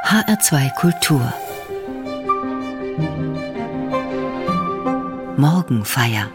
HR2 Kultur Morgenfeier.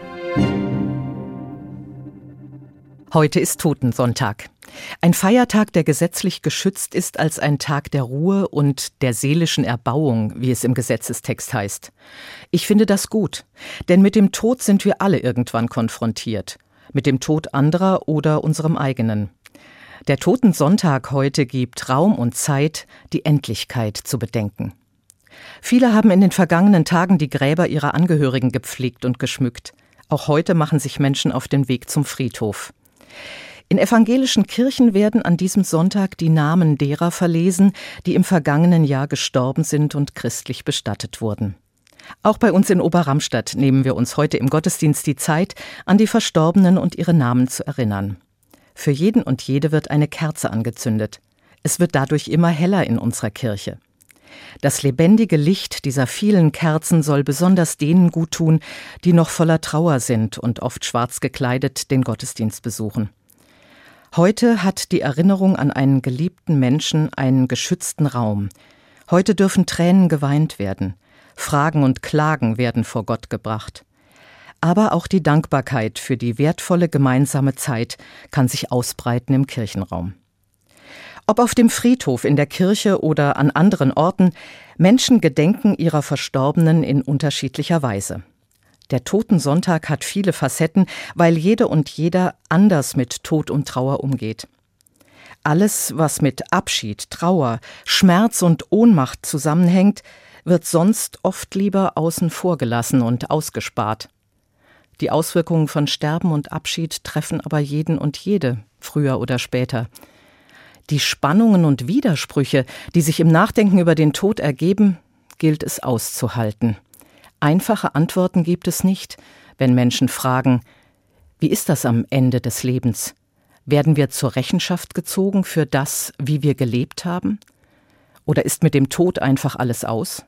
Heute ist Totensonntag. Ein Feiertag, der gesetzlich geschützt ist als ein Tag der Ruhe und der seelischen Erbauung, wie es im Gesetzestext heißt. Ich finde das gut, denn mit dem Tod sind wir alle irgendwann konfrontiert. Mit dem Tod anderer oder unserem eigenen. Der Totensonntag heute gibt Raum und Zeit, die Endlichkeit zu bedenken. Viele haben in den vergangenen Tagen die Gräber ihrer Angehörigen gepflegt und geschmückt. Auch heute machen sich Menschen auf den Weg zum Friedhof. In evangelischen Kirchen werden an diesem Sonntag die Namen derer verlesen, die im vergangenen Jahr gestorben sind und christlich bestattet wurden. Auch bei uns in Oberramstadt nehmen wir uns heute im Gottesdienst die Zeit, an die Verstorbenen und ihre Namen zu erinnern. Für jeden und jede wird eine Kerze angezündet. Es wird dadurch immer heller in unserer Kirche. Das lebendige Licht dieser vielen Kerzen soll besonders denen guttun, die noch voller Trauer sind und oft schwarz gekleidet den Gottesdienst besuchen. Heute hat die Erinnerung an einen geliebten Menschen einen geschützten Raum. Heute dürfen Tränen geweint werden. Fragen und Klagen werden vor Gott gebracht. Aber auch die Dankbarkeit für die wertvolle gemeinsame Zeit kann sich ausbreiten im Kirchenraum. Ob auf dem Friedhof, in der Kirche oder an anderen Orten, Menschen gedenken ihrer Verstorbenen in unterschiedlicher Weise. Der Totensonntag hat viele Facetten, weil jede und jeder anders mit Tod und Trauer umgeht. Alles, was mit Abschied, Trauer, Schmerz und Ohnmacht zusammenhängt, wird sonst oft lieber außen vor gelassen und ausgespart. Die Auswirkungen von Sterben und Abschied treffen aber jeden und jede, früher oder später. Die Spannungen und Widersprüche, die sich im Nachdenken über den Tod ergeben, gilt es auszuhalten. Einfache Antworten gibt es nicht, wenn Menschen fragen, wie ist das am Ende des Lebens? Werden wir zur Rechenschaft gezogen für das, wie wir gelebt haben? Oder ist mit dem Tod einfach alles aus?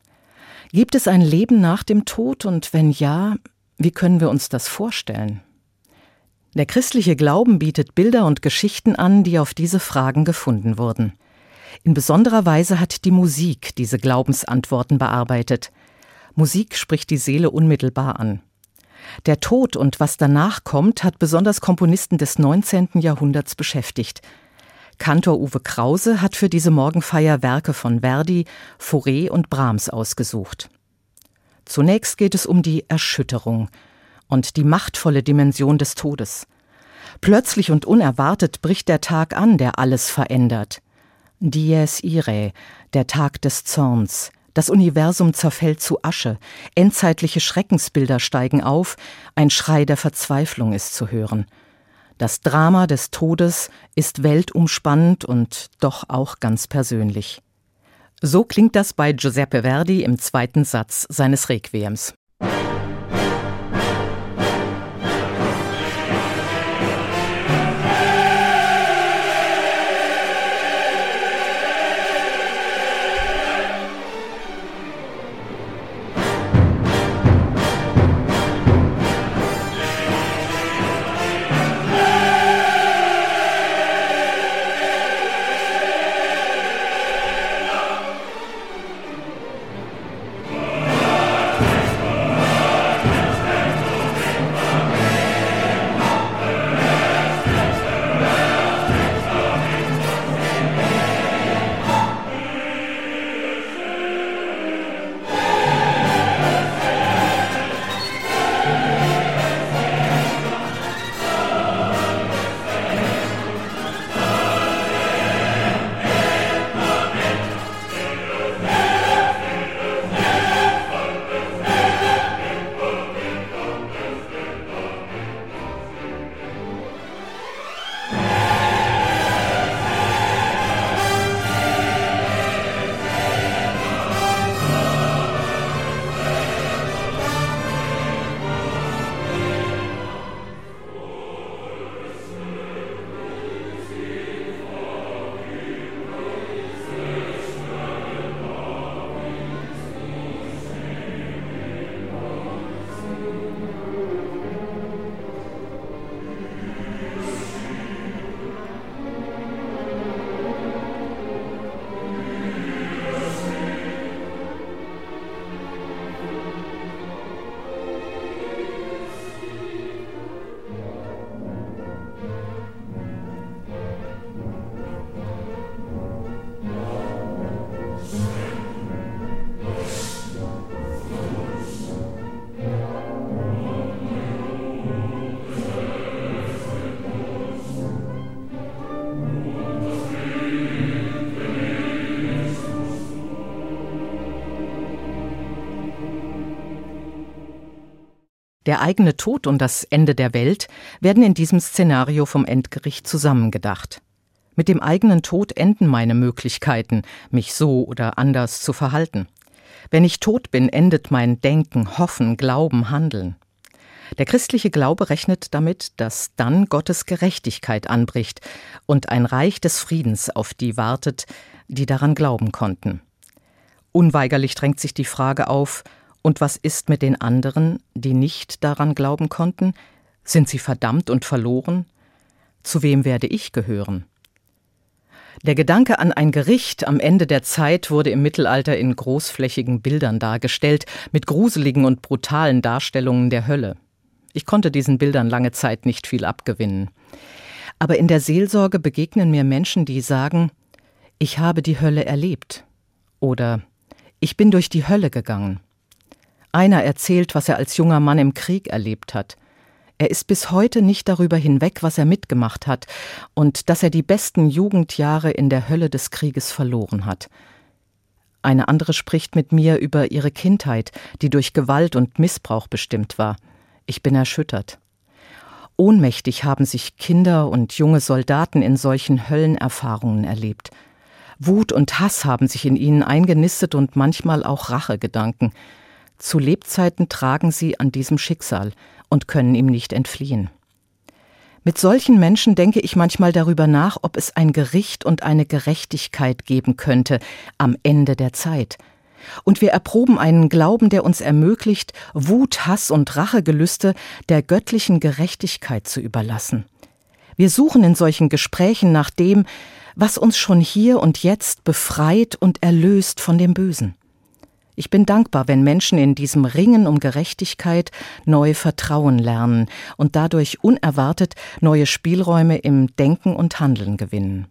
Gibt es ein Leben nach dem Tod und wenn ja, wie können wir uns das vorstellen? Der christliche Glauben bietet Bilder und Geschichten an, die auf diese Fragen gefunden wurden. In besonderer Weise hat die Musik diese Glaubensantworten bearbeitet. Musik spricht die Seele unmittelbar an. Der Tod und was danach kommt, hat besonders Komponisten des 19. Jahrhunderts beschäftigt. Kantor Uwe Krause hat für diese Morgenfeier Werke von Verdi, Fauré und Brahms ausgesucht. Zunächst geht es um die Erschütterung und die machtvolle Dimension des Todes. Plötzlich und unerwartet bricht der Tag an, der alles verändert. Dies irae, der Tag des Zorns. Das Universum zerfällt zu Asche, endzeitliche Schreckensbilder steigen auf, ein Schrei der Verzweiflung ist zu hören. Das Drama des Todes ist weltumspannend und doch auch ganz persönlich. So klingt das bei Giuseppe Verdi im zweiten Satz seines Requiems. Der eigene Tod und das Ende der Welt werden in diesem Szenario vom Endgericht zusammengedacht. Mit dem eigenen Tod enden meine Möglichkeiten, mich so oder anders zu verhalten. Wenn ich tot bin, endet mein Denken, Hoffen, Glauben, Handeln. Der christliche Glaube rechnet damit, dass dann Gottes Gerechtigkeit anbricht und ein Reich des Friedens auf die wartet, die daran glauben konnten. Unweigerlich drängt sich die Frage auf: Und was ist mit den anderen, die nicht daran glauben konnten? Sind sie verdammt und verloren? Zu wem werde ich gehören? Der Gedanke an ein Gericht am Ende der Zeit wurde im Mittelalter in großflächigen Bildern dargestellt, mit gruseligen und brutalen Darstellungen der Hölle. Ich konnte diesen Bildern lange Zeit nicht viel abgewinnen. Aber in der Seelsorge begegnen mir Menschen, die sagen: Ich habe die Hölle erlebt oder ich bin durch die Hölle gegangen. Einer erzählt, was er als junger Mann im Krieg erlebt hat. Er ist bis heute nicht darüber hinweg, was er mitgemacht hat und dass er die besten Jugendjahre in der Hölle des Krieges verloren hat. Eine andere spricht mit mir über ihre Kindheit, die durch Gewalt und Missbrauch bestimmt war. Ich bin erschüttert. Ohnmächtig haben sich Kinder und junge Soldaten in solchen Höllenerfahrungen erlebt. Wut und Hass haben sich in ihnen eingenistet und manchmal auch Rachegedanken. Zu Lebzeiten tragen sie an diesem Schicksal und können ihm nicht entfliehen. Mit solchen Menschen denke ich manchmal darüber nach, ob es ein Gericht und eine Gerechtigkeit geben könnte am Ende der Zeit. Und wir erproben einen Glauben, der uns ermöglicht, Wut, Hass und Rachegelüste der göttlichen Gerechtigkeit zu überlassen. Wir suchen in solchen Gesprächen nach dem, was uns schon hier und jetzt befreit und erlöst von dem Bösen. Ich bin dankbar, wenn Menschen in diesem Ringen um Gerechtigkeit neu Vertrauen lernen und dadurch unerwartet neue Spielräume im Denken und Handeln gewinnen.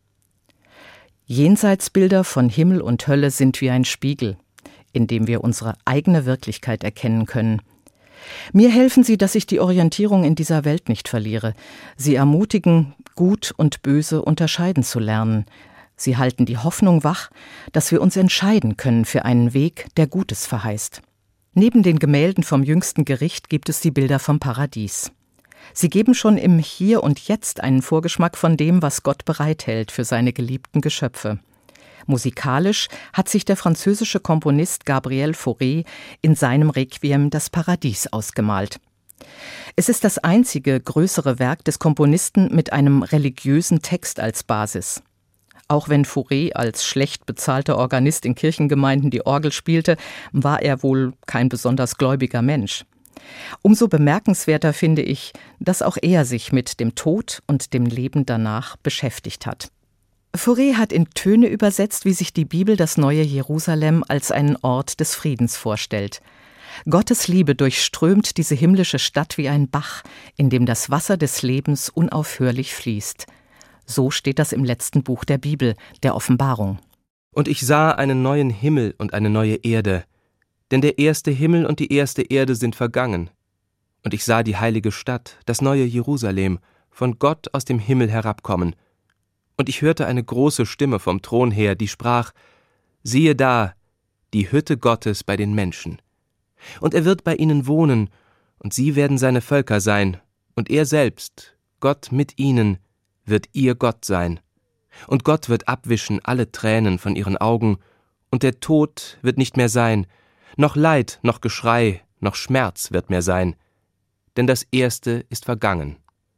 Jenseitsbilder von Himmel und Hölle sind wie ein Spiegel, in dem wir unsere eigene Wirklichkeit erkennen können. Mir helfen sie, dass ich die Orientierung in dieser Welt nicht verliere. Sie ermutigen, Gut und Böse unterscheiden zu lernen. Sie halten die Hoffnung wach, dass wir uns entscheiden können für einen Weg, der Gutes verheißt. Neben den Gemälden vom jüngsten Gericht gibt es die Bilder vom Paradies. Sie geben schon im Hier und Jetzt einen Vorgeschmack von dem, was Gott bereithält für seine geliebten Geschöpfe. Musikalisch hat sich der französische Komponist Gabriel Fauré in seinem Requiem das Paradies ausgemalt. Es ist das einzige größere Werk des Komponisten mit einem religiösen Text als Basis. Auch wenn Fauré als schlecht bezahlter Organist in Kirchengemeinden die Orgel spielte, war er wohl kein besonders gläubiger Mensch. Umso bemerkenswerter finde ich, dass auch er sich mit dem Tod und dem Leben danach beschäftigt hat. Fauré hat in Töne übersetzt, wie sich die Bibel das neue Jerusalem als einen Ort des Friedens vorstellt. Gottes Liebe durchströmt diese himmlische Stadt wie ein Bach, in dem das Wasser des Lebens unaufhörlich fließt. So steht das im letzten Buch der Bibel, der Offenbarung. Und ich sah einen neuen Himmel und eine neue Erde, denn der erste Himmel und die erste Erde sind vergangen. Und ich sah die heilige Stadt, das neue Jerusalem, von Gott aus dem Himmel herabkommen. Und ich hörte eine große Stimme vom Thron her, die sprach: Siehe da, die Hütte Gottes bei den Menschen. Und er wird bei ihnen wohnen, und sie werden seine Völker sein, und er selbst, Gott mit ihnen, wird ihr Gott sein. Und Gott wird abwischen alle Tränen von ihren Augen, und der Tod wird nicht mehr sein, noch Leid, noch Geschrei, noch Schmerz wird mehr sein, denn das Erste ist vergangen.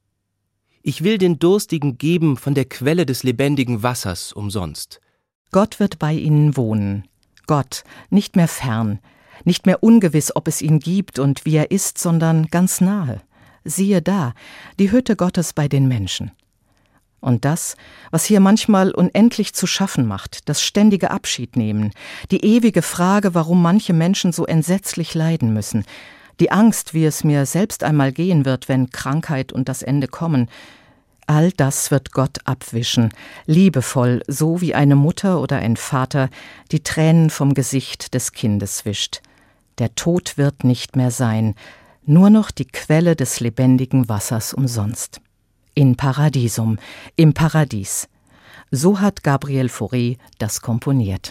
Ich will den Durstigen geben von der Quelle des lebendigen Wassers umsonst. Gott wird bei ihnen wohnen. Gott, nicht mehr fern, nicht mehr ungewiss, ob es ihn gibt und wie er ist, sondern ganz nahe. Siehe da, die Hütte Gottes bei den Menschen. Und das, was hier manchmal unendlich zu schaffen macht, das ständige Abschiednehmen, die ewige Frage, warum manche Menschen so entsetzlich leiden müssen, die Angst, wie es mir selbst einmal gehen wird, wenn Krankheit und das Ende kommen, all das wird Gott abwischen, liebevoll, so wie eine Mutter oder ein Vater die Tränen vom Gesicht des Kindes wischt. Der Tod wird nicht mehr sein, nur noch die Quelle des lebendigen Wassers umsonst. In Paradisum, im Paradies. So hat Gabriel Fauré das komponiert.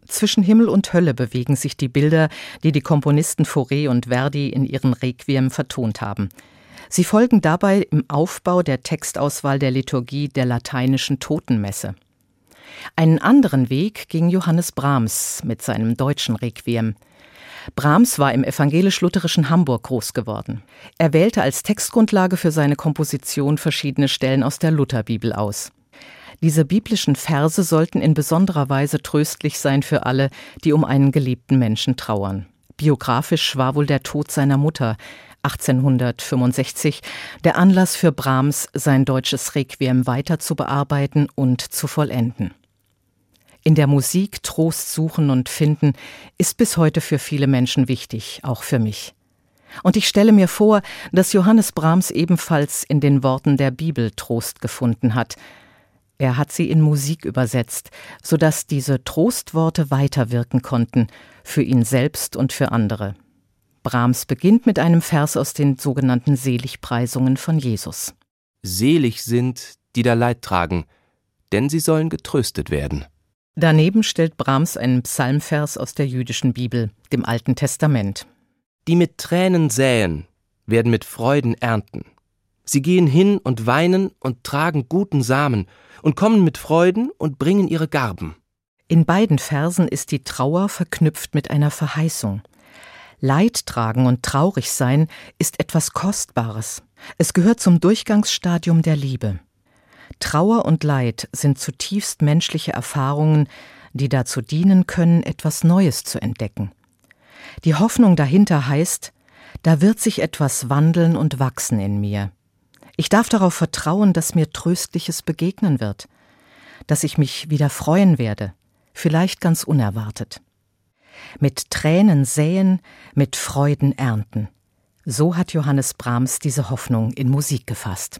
Zwischen Himmel und Hölle bewegen sich die Bilder, die die Komponisten Fauré und Verdi in ihren Requiem vertont haben. Sie folgen dabei im Aufbau der Textauswahl der Liturgie der lateinischen Totenmesse. Einen anderen Weg ging Johannes Brahms mit seinem deutschen Requiem. Brahms war im evangelisch-lutherischen Hamburg groß geworden. Er wählte als Textgrundlage für seine Komposition verschiedene Stellen aus der Lutherbibel aus. Diese biblischen Verse sollten in besonderer Weise tröstlich sein für alle, die um einen geliebten Menschen trauern. Biografisch war wohl der Tod seiner Mutter 1865 der Anlass für Brahms, sein deutsches Requiem weiter zu bearbeiten und zu vollenden. In der Musik Trost suchen und finden ist bis heute für viele Menschen wichtig, auch für mich. Und ich stelle mir vor, dass Johannes Brahms ebenfalls in den Worten der Bibel Trost gefunden hat. Er hat sie in Musik übersetzt, sodass diese Trostworte weiterwirken konnten, für ihn selbst und für andere. Brahms beginnt mit einem Vers aus den sogenannten Seligpreisungen von Jesus. Selig sind, die da Leid tragen, denn sie sollen getröstet werden. Daneben stellt Brahms einen Psalmvers aus der jüdischen Bibel, dem Alten Testament. Die mit Tränen säen, werden mit Freuden ernten. Sie gehen hin und weinen und tragen guten Samen und kommen mit Freuden und bringen ihre Garben. In beiden Versen ist die Trauer verknüpft mit einer Verheißung. Leid tragen und traurig sein ist etwas Kostbares. Es gehört zum Durchgangsstadium der Liebe. Trauer und Leid sind zutiefst menschliche Erfahrungen, die dazu dienen können, etwas Neues zu entdecken. Die Hoffnung dahinter heißt, da wird sich etwas wandeln und wachsen in mir. Ich darf darauf vertrauen, dass mir Tröstliches begegnen wird, dass ich mich wieder freuen werde, vielleicht ganz unerwartet. Mit Tränen säen, mit Freuden ernten. So hat Johannes Brahms diese Hoffnung in Musik gefasst.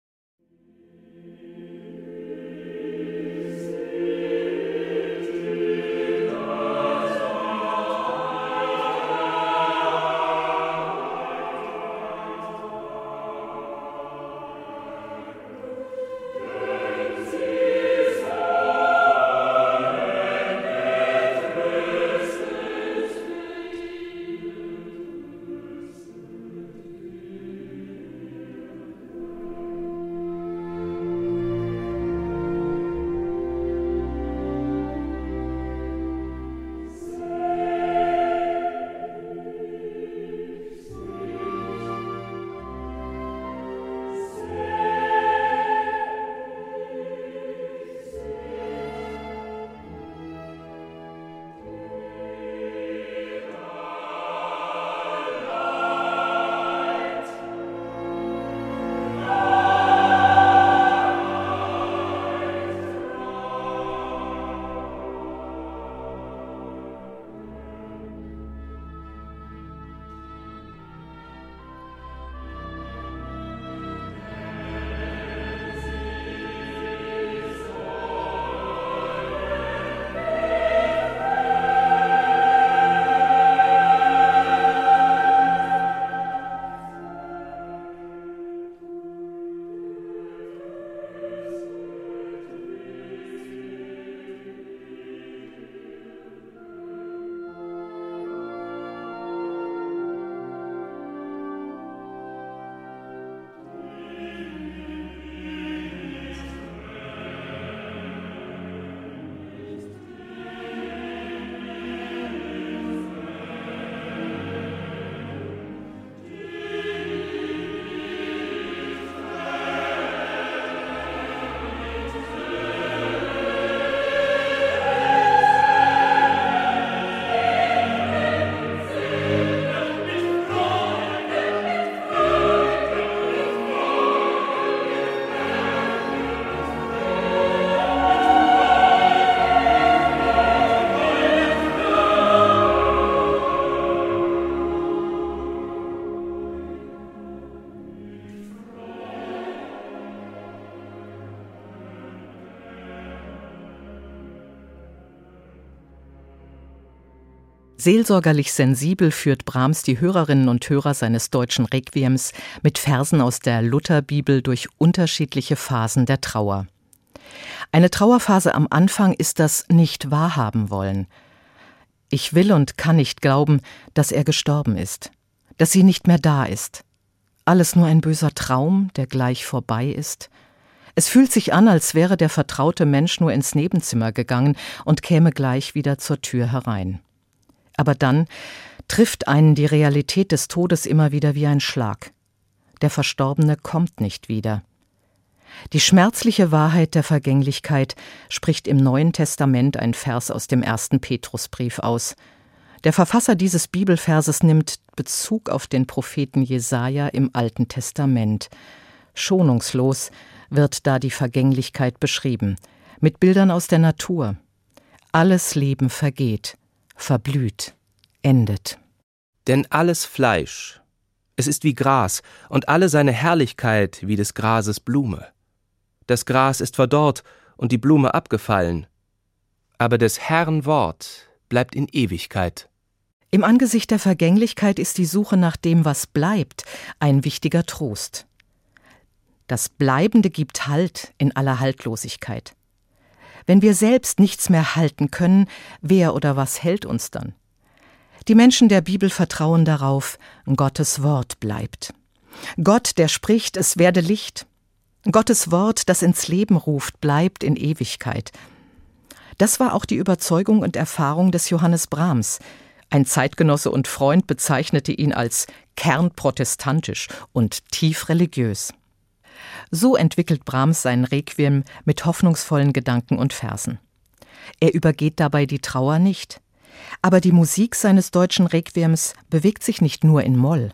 Seelsorgerlich sensibel führt Brahms die Hörerinnen und Hörer seines deutschen Requiems mit Versen aus der Lutherbibel durch unterschiedliche Phasen der Trauer. Eine Trauerphase am Anfang ist das Nicht-Wahrhaben-Wollen. Ich will und kann nicht glauben, dass er gestorben ist, dass sie nicht mehr da ist. Alles nur ein böser Traum, der gleich vorbei ist. Es fühlt sich an, als wäre der vertraute Mensch nur ins Nebenzimmer gegangen und käme gleich wieder zur Tür herein. Aber dann trifft einen die Realität des Todes immer wieder wie ein Schlag. Der Verstorbene kommt nicht wieder. Die schmerzliche Wahrheit der Vergänglichkeit spricht im Neuen Testament ein Vers aus dem 1. Petrusbrief aus. Der Verfasser dieses Bibelverses nimmt Bezug auf den Propheten Jesaja im Alten Testament. Schonungslos wird da die Vergänglichkeit beschrieben, mit Bildern aus der Natur. Alles Leben vergeht, verblüht, endet. Denn alles Fleisch, es ist wie Gras, und alle seine Herrlichkeit wie des Grases Blume. Das Gras ist verdorrt und die Blume abgefallen, aber des Herrn Wort bleibt in Ewigkeit. Im Angesicht der Vergänglichkeit ist die Suche nach dem, was bleibt, ein wichtiger Trost. Das Bleibende gibt Halt in aller Haltlosigkeit. Wenn wir selbst nichts mehr halten können, wer oder was hält uns dann? Die Menschen der Bibel vertrauen darauf, Gottes Wort bleibt. Gott, der spricht, es werde Licht. Gottes Wort, das ins Leben ruft, bleibt in Ewigkeit. Das war auch die Überzeugung und Erfahrung des Johannes Brahms. Ein Zeitgenosse und Freund bezeichnete ihn als kernprotestantisch und tief religiös. So entwickelt Brahms sein Requiem mit hoffnungsvollen Gedanken und Versen. Er übergeht dabei die Trauer nicht. Aber die Musik seines deutschen Requiems bewegt sich nicht nur in Moll.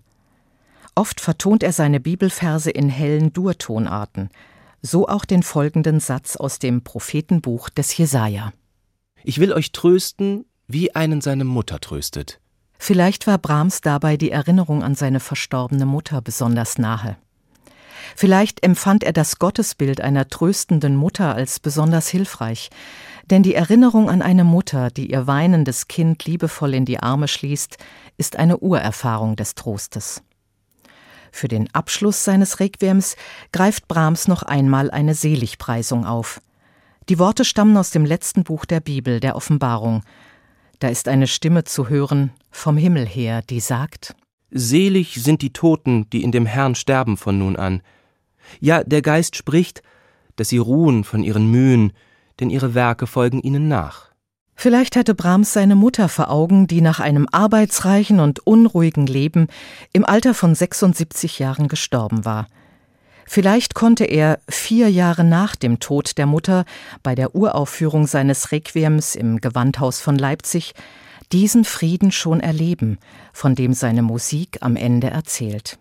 Oft vertont er seine Bibelverse in hellen Durtonarten. So auch den folgenden Satz aus dem Prophetenbuch des Jesaja. Ich will euch trösten, wie einen seine Mutter tröstet. Vielleicht war Brahms dabei die Erinnerung an seine verstorbene Mutter besonders nahe. Vielleicht empfand er das Gottesbild einer tröstenden Mutter als besonders hilfreich, denn die Erinnerung an eine Mutter, die ihr weinendes Kind liebevoll in die Arme schließt, ist eine Urerfahrung des Trostes. Für den Abschluss seines Requiems greift Brahms noch einmal eine Seligpreisung auf. Die Worte stammen aus dem letzten Buch der Bibel, der Offenbarung. Da ist eine Stimme zu hören vom Himmel her, die sagt: Selig sind die Toten, die in dem Herrn sterben von nun an. Ja, der Geist spricht, dass sie ruhen von ihren Mühen, denn ihre Werke folgen ihnen nach. Vielleicht hatte Brahms seine Mutter vor Augen, die nach einem arbeitsreichen und unruhigen Leben im Alter von 76 Jahren gestorben war. Vielleicht konnte er 4 Jahre nach dem Tod der Mutter bei der Uraufführung seines Requiems im Gewandhaus von Leipzig diesen Frieden schon erleben, von dem seine Musik am Ende erzählt.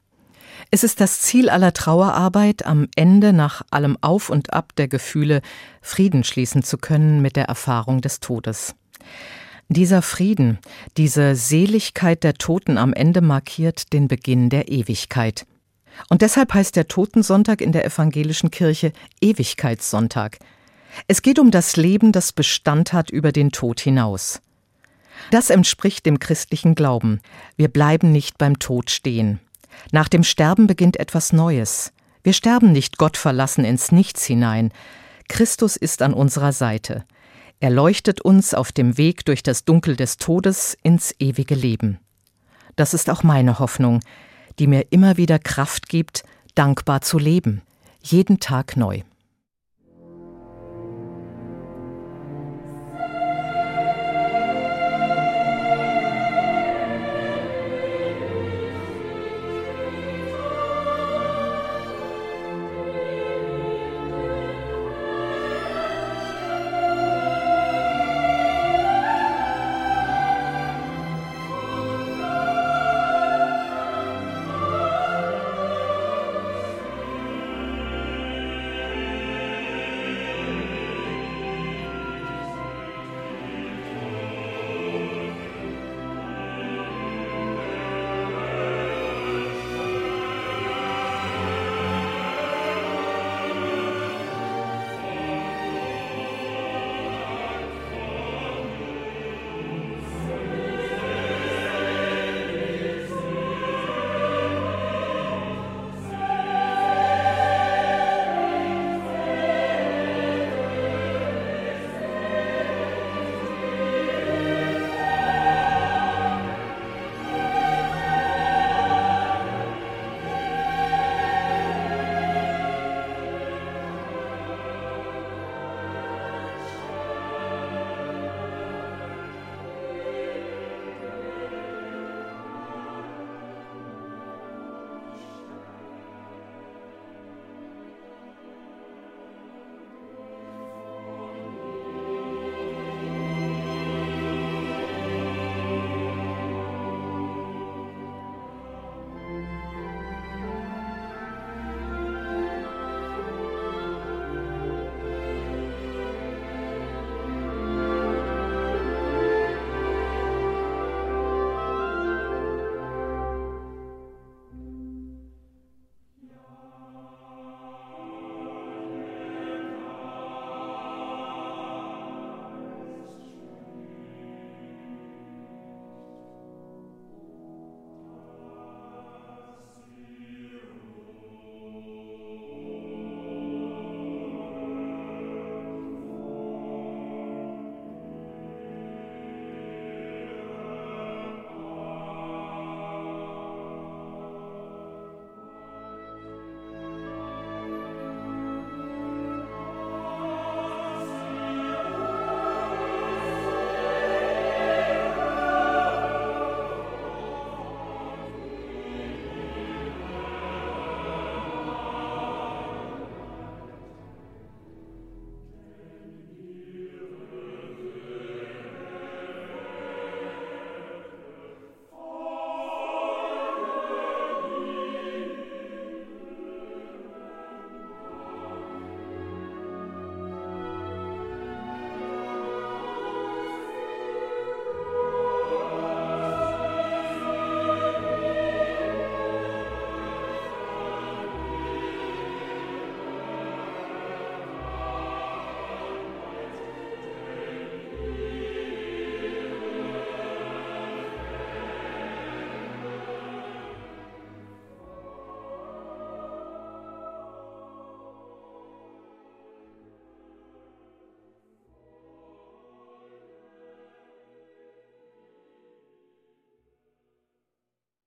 Es ist das Ziel aller Trauerarbeit, am Ende nach allem Auf und Ab der Gefühle Frieden schließen zu können mit der Erfahrung des Todes. Dieser Frieden, diese Seligkeit der Toten am Ende markiert den Beginn der Ewigkeit. Und deshalb heißt der Totensonntag in der evangelischen Kirche Ewigkeitssonntag. Es geht um das Leben, das Bestand hat über den Tod hinaus. Das entspricht dem christlichen Glauben. Wir bleiben nicht beim Tod stehen. Nach dem Sterben beginnt etwas Neues. Wir sterben nicht gottverlassen ins Nichts hinein. Christus ist an unserer Seite. Er leuchtet uns auf dem Weg durch das Dunkel des Todes ins ewige Leben. Das ist auch meine Hoffnung, die mir immer wieder Kraft gibt, dankbar zu leben, jeden Tag neu.